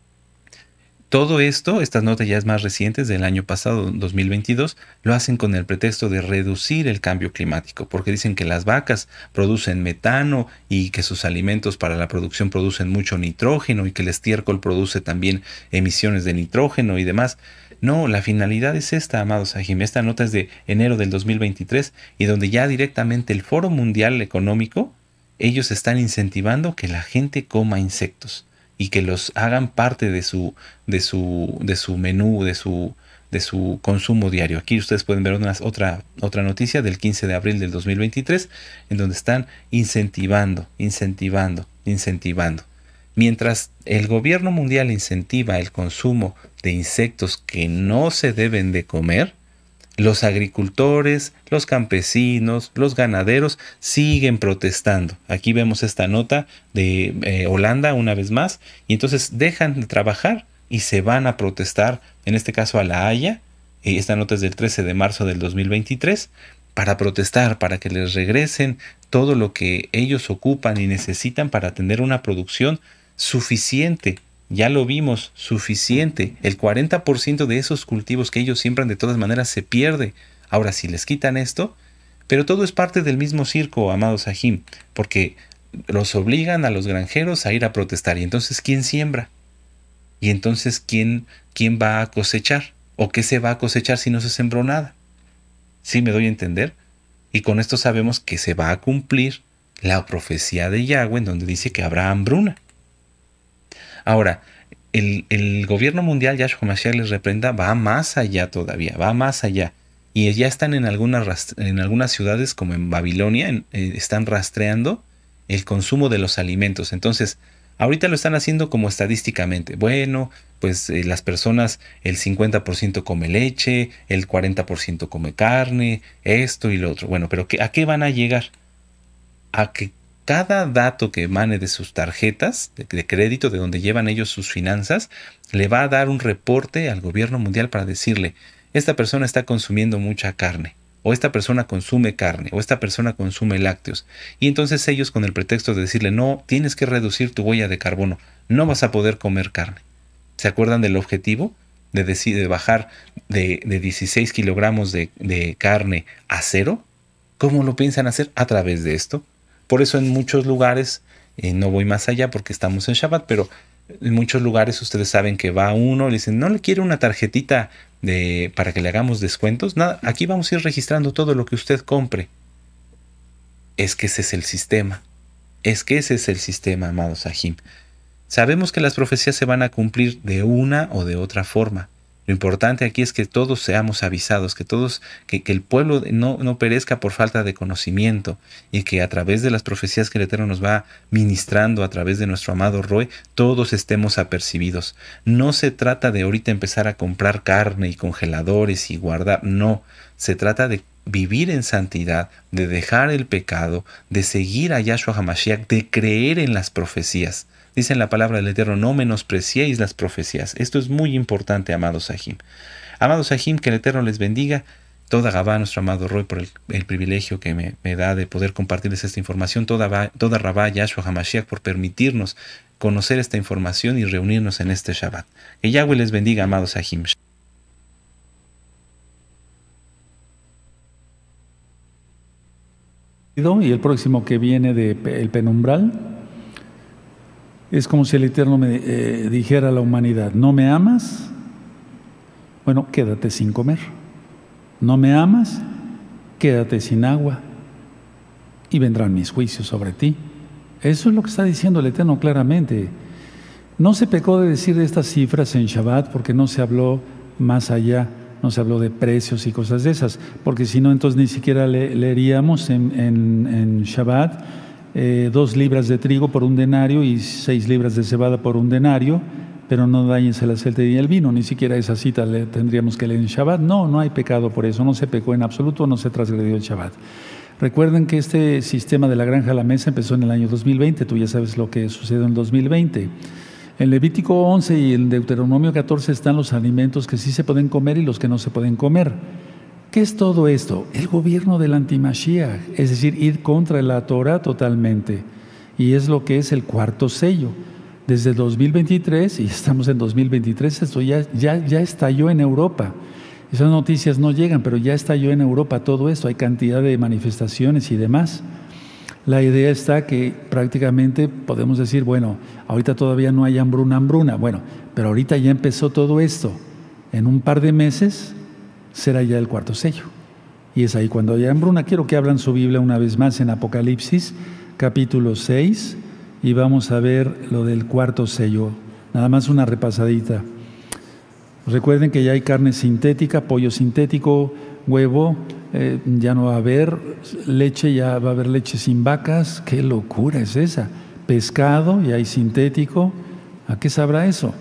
Todo esto, estas notas ya es más recientes del año pasado, 2022, lo hacen con el pretexto de reducir el cambio climático, porque dicen que las vacas producen metano y que sus alimentos para la producción producen mucho nitrógeno y que el estiércol produce también emisiones de nitrógeno y demás. No, la finalidad es esta, amados Sahim. Esta nota es de enero del 2023 y donde ya directamente el Foro Mundial Económico, ellos están incentivando que la gente coma insectos y que los hagan parte de su menú, de su consumo diario. Aquí ustedes pueden ver otra noticia del 15 de abril del 2023, en donde están incentivando. Mientras el gobierno mundial incentiva el consumo de insectos que no se deben de comer, los agricultores, los campesinos, los ganaderos siguen protestando. Aquí vemos esta nota de Holanda una vez más y entonces dejan de trabajar y se van a protestar, en este caso a La Haya. Esta nota es del 13 de marzo del 2023 para protestar, para que les regresen todo lo que ellos ocupan y necesitan para tener una producción suficiente. Ya lo vimos, suficiente. El 40% de esos cultivos que ellos siembran de todas maneras se pierde. Ahora, si les quitan esto, pero todo es parte del mismo circo, amados Sahim, porque los obligan a los granjeros a ir a protestar. Y entonces, ¿quién siembra? Y entonces, ¿quién va a cosechar? ¿O qué se va a cosechar si no se sembró nada? ¿Sí me doy a entender? Y con esto sabemos que se va a cumplir la profecía de Yahweh en donde dice que habrá hambruna. Ahora, el gobierno mundial, Yahshua Mashiach les reprenda, va más allá todavía, va más allá. Y ya están en algunas ciudades, como en Babilonia, están rastreando el consumo de los alimentos. Entonces, ahorita lo están haciendo como estadísticamente. Bueno, pues las personas, el 50% come leche, el 40% come carne, esto y lo otro. Bueno, pero ¿a qué van a llegar? A que cada dato que emane de sus tarjetas de crédito, de donde llevan ellos sus finanzas, le va a dar un reporte al gobierno mundial para decirle: esta persona está consumiendo mucha carne, o esta persona consume carne, o esta persona consume lácteos. Y entonces ellos, con el pretexto de decirle: no, tienes que reducir tu huella de carbono, no vas a poder comer carne. ¿Se acuerdan del objetivo? De bajar de 16 kilogramos de carne a 0. ¿Cómo lo piensan hacer? A través de esto. Por eso en muchos lugares, no voy más allá porque estamos en Shabbat, pero en muchos lugares ustedes saben que va uno y le dicen: ¿no le quiere una tarjetita para que le hagamos descuentos? Nada, aquí vamos a ir registrando todo lo que usted compre. Es que ese es el sistema. Es que ese es el sistema, amados Sahim. Sabemos que las profecías se van a cumplir de una o de otra forma. Lo importante aquí es que todos seamos avisados, que el pueblo no perezca por falta de conocimiento, y que a través de las profecías que el Eterno nos va ministrando a través de nuestro amado Roe, todos estemos apercibidos. No se trata de ahorita empezar a comprar carne y congeladores y guardar, no. Se trata de vivir en santidad, de dejar el pecado, de seguir a Yahshua HaMashiach, de creer en las profecías. Dice en la palabra del Eterno: no menospreciéis las profecías. Esto es muy importante, amados Sahim. Amados Sahim, que el Eterno les bendiga. Toda Gabá, nuestro amado Roy, por el privilegio que me da de poder compartirles esta información. Toda Rabá, Yahshua HaMashiach, por permitirnos conocer esta información y reunirnos en este Shabbat. Que Yahweh les bendiga, amados Sahim. Y el próximo que viene el penumbral, es como si el Eterno me dijera a la humanidad: ¿no me amas? Bueno, quédate sin comer. ¿No me amas? Quédate sin agua. Y vendrán mis juicios sobre ti. Eso es lo que está diciendo el Eterno claramente. No se pecó de decir estas cifras en Shabbat porque no se habló más allá, no se habló de precios y cosas de esas, porque si no, entonces ni siquiera leeríamos en Shabbat 2 libras de trigo por 1 denario y 6 libras de cebada por 1 denario, pero no dañes el aceite y el vino. Ni siquiera esa cita tendríamos que leer en Shabbat. No hay pecado por eso, no se pecó en absoluto, no se transgredió el Shabbat. Recuerden que este sistema de la granja a la mesa empezó en el año 2020, tú ya sabes lo que sucedió en 2020. En Levítico 11 y en Deuteronomio 14 están los alimentos que sí se pueden comer y los que no se pueden comer. ¿Qué es todo esto? El gobierno del antimashiach, es decir, ir contra la Torah totalmente. Y es lo que es el 4º sello. Desde 2023, y estamos en 2023, esto ya estalló en Europa. Esas noticias no llegan, pero ya estalló en Europa todo esto. Hay cantidad de manifestaciones y demás. La idea está que prácticamente podemos decir: bueno, ahorita todavía no hay hambruna. Bueno, pero ahorita ya empezó todo esto. En un par de meses será ya el 4º sello. Y es ahí cuando haya hambruna. Quiero que abran su Biblia una vez más en Apocalipsis, capítulo 6, y vamos a ver lo del 4º sello. Nada más una repasadita. Recuerden que ya hay carne sintética, pollo sintético, huevo, ya no va a haber leche, ya va a haber leche sin vacas. ¡Qué locura es esa! Pescado, ya hay sintético. ¿A qué sabrá eso?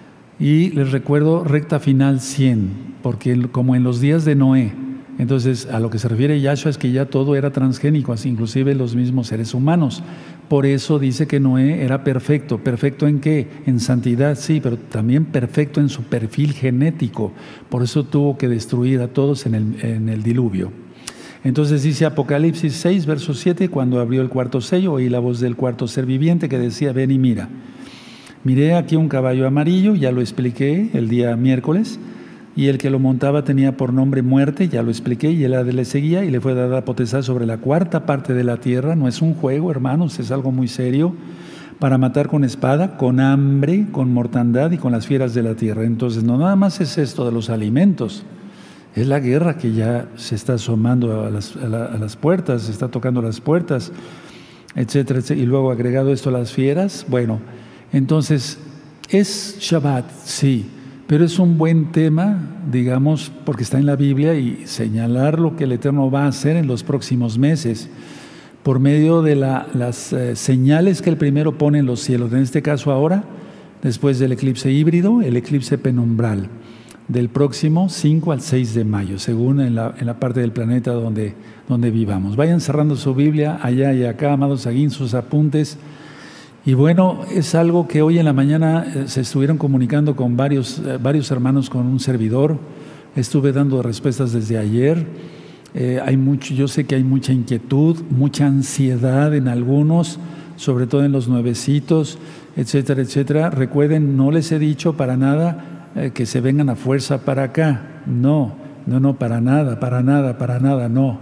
Y les recuerdo, recta final 100, porque como en los días de Noé. Entonces, a lo que se refiere Yahshua es que ya todo era transgénico, así inclusive los mismos seres humanos. Por eso dice que Noé era perfecto. ¿Perfecto en qué? En santidad, sí, pero también perfecto en su perfil genético. Por eso tuvo que destruir a todos en el diluvio. Entonces dice Apocalipsis 6, verso 7, cuando abrió el 4º sello, oí la voz del 4º ser viviente que decía: ven y mira. Miré aquí un caballo amarillo, ya lo expliqué el día miércoles, y el que lo montaba tenía por nombre Muerte, ya lo expliqué, y él le seguía, y le fue dada potestad sobre la 4ª parte de la tierra. No es un juego, hermanos, es algo muy serio, para matar con espada, con hambre, con mortandad y con las fieras de la tierra. Entonces, no nada más es esto de los alimentos, es la guerra que ya se está asomando a las puertas, se está tocando las puertas, etcétera, etcétera. Y luego agregado esto a las fieras, bueno, entonces Es Shabbat, sí, pero es un buen tema, digamos, porque está en la Biblia y señalar lo que el Eterno va a hacer en los próximos meses por medio de las señales que el primero pone en los cielos. En este caso ahora, después del eclipse híbrido, el eclipse penumbral, del próximo 5 al 6 de mayo, según en la parte del planeta donde vivamos. Vayan cerrando su Biblia allá y acá, amados Aguín, sus apuntes. Y bueno, es algo que hoy en la mañana se estuvieron comunicando con varios hermanos, con un servidor. Estuve dando respuestas desde ayer. Yo sé que hay mucha inquietud, mucha ansiedad en algunos, sobre todo en los nuevecitos, etcétera, etcétera. Recuerden, no les he dicho para nada que se vengan a fuerza para acá. No, para nada, no.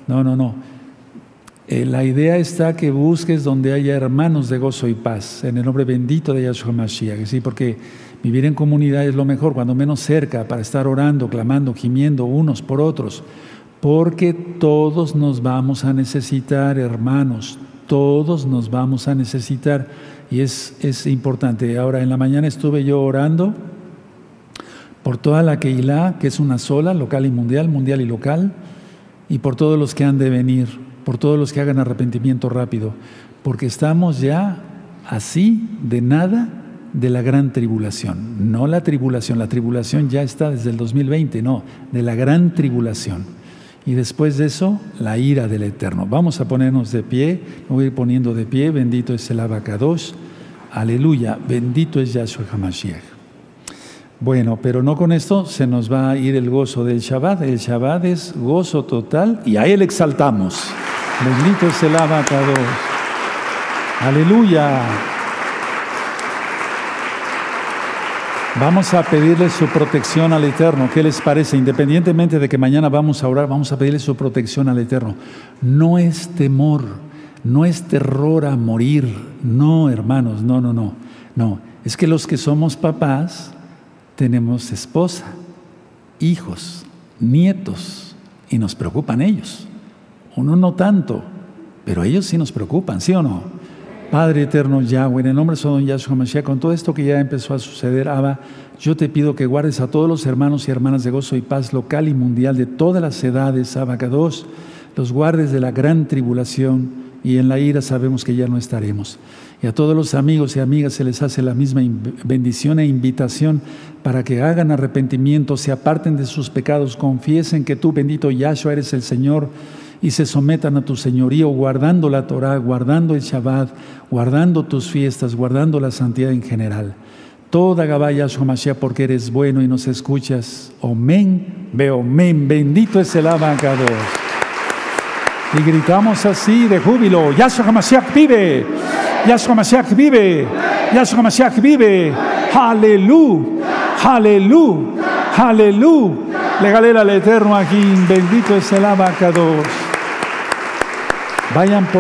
La idea está que busques donde haya hermanos de gozo y paz, en el nombre bendito de Yahshua Mashiach, ¿sí? Porque vivir en comunidad es lo mejor, cuando menos cerca, para estar orando, clamando, gimiendo unos por otros, porque todos nos vamos a necesitar, hermanos, todos nos vamos a necesitar, y es importante. Ahora, en la mañana estuve yo orando por toda la Keilah, que es una sola, local y mundial y local, y por todos los que han de venir, por todos los que hagan arrepentimiento rápido, porque estamos ya así de nada de la gran tribulación. No la tribulación ya está desde el 2020, no, de la gran tribulación. Y después de eso, la ira del Eterno. Vamos a ponernos de pie, me voy a ir poniendo de pie. Bendito es el Abacadosh, aleluya, bendito es Yahshua HaMashiach. Bueno, pero no con esto se nos va a ir el gozo del Shabbat. El Shabbat es gozo total y a él exaltamos. Bendito es el Abacadosh, aleluya. Vamos a pedirle su protección al Eterno. ¿Qué les parece? Independientemente de que mañana vamos a orar, vamos a pedirle su protección al Eterno. No es temor, no es terror a morir. No, hermanos, no. Es que los que somos papás tenemos esposa, hijos, nietos, y nos preocupan ellos. Uno no tanto, pero ellos sí nos preocupan, ¿sí o no? Padre eterno Yahweh, en el nombre de don Yahshua Mashiach, con todo esto que ya empezó a suceder, Abba, yo te pido que guardes a todos los hermanos y hermanas de gozo y paz local y mundial de todas las edades, Abacadosh, los guardes de la gran tribulación, y en la ira sabemos que ya no estaremos. Y a todos los amigos y amigas se les hace la misma bendición e invitación para que hagan arrepentimiento, se aparten de sus pecados, confiesen que tú, bendito Yahshua, eres el Señor, y se sometan a tu señorío, guardando la Torah, guardando el Shabbat, guardando tus fiestas, guardando la santidad en general. Toda Gabá Yahshua Mashiach, porque eres bueno y nos escuchas. Omen, beomen, bendito es el Abacadosh. Y gritamos así de júbilo: Yahshua Mashiach vive, Yahshua Mashiach vive, Yahshua Mashiach vive. Aleluya, aleluya, aleluya. Le galera al Eterno aquí, bendito es el Abacadosh. Vayan por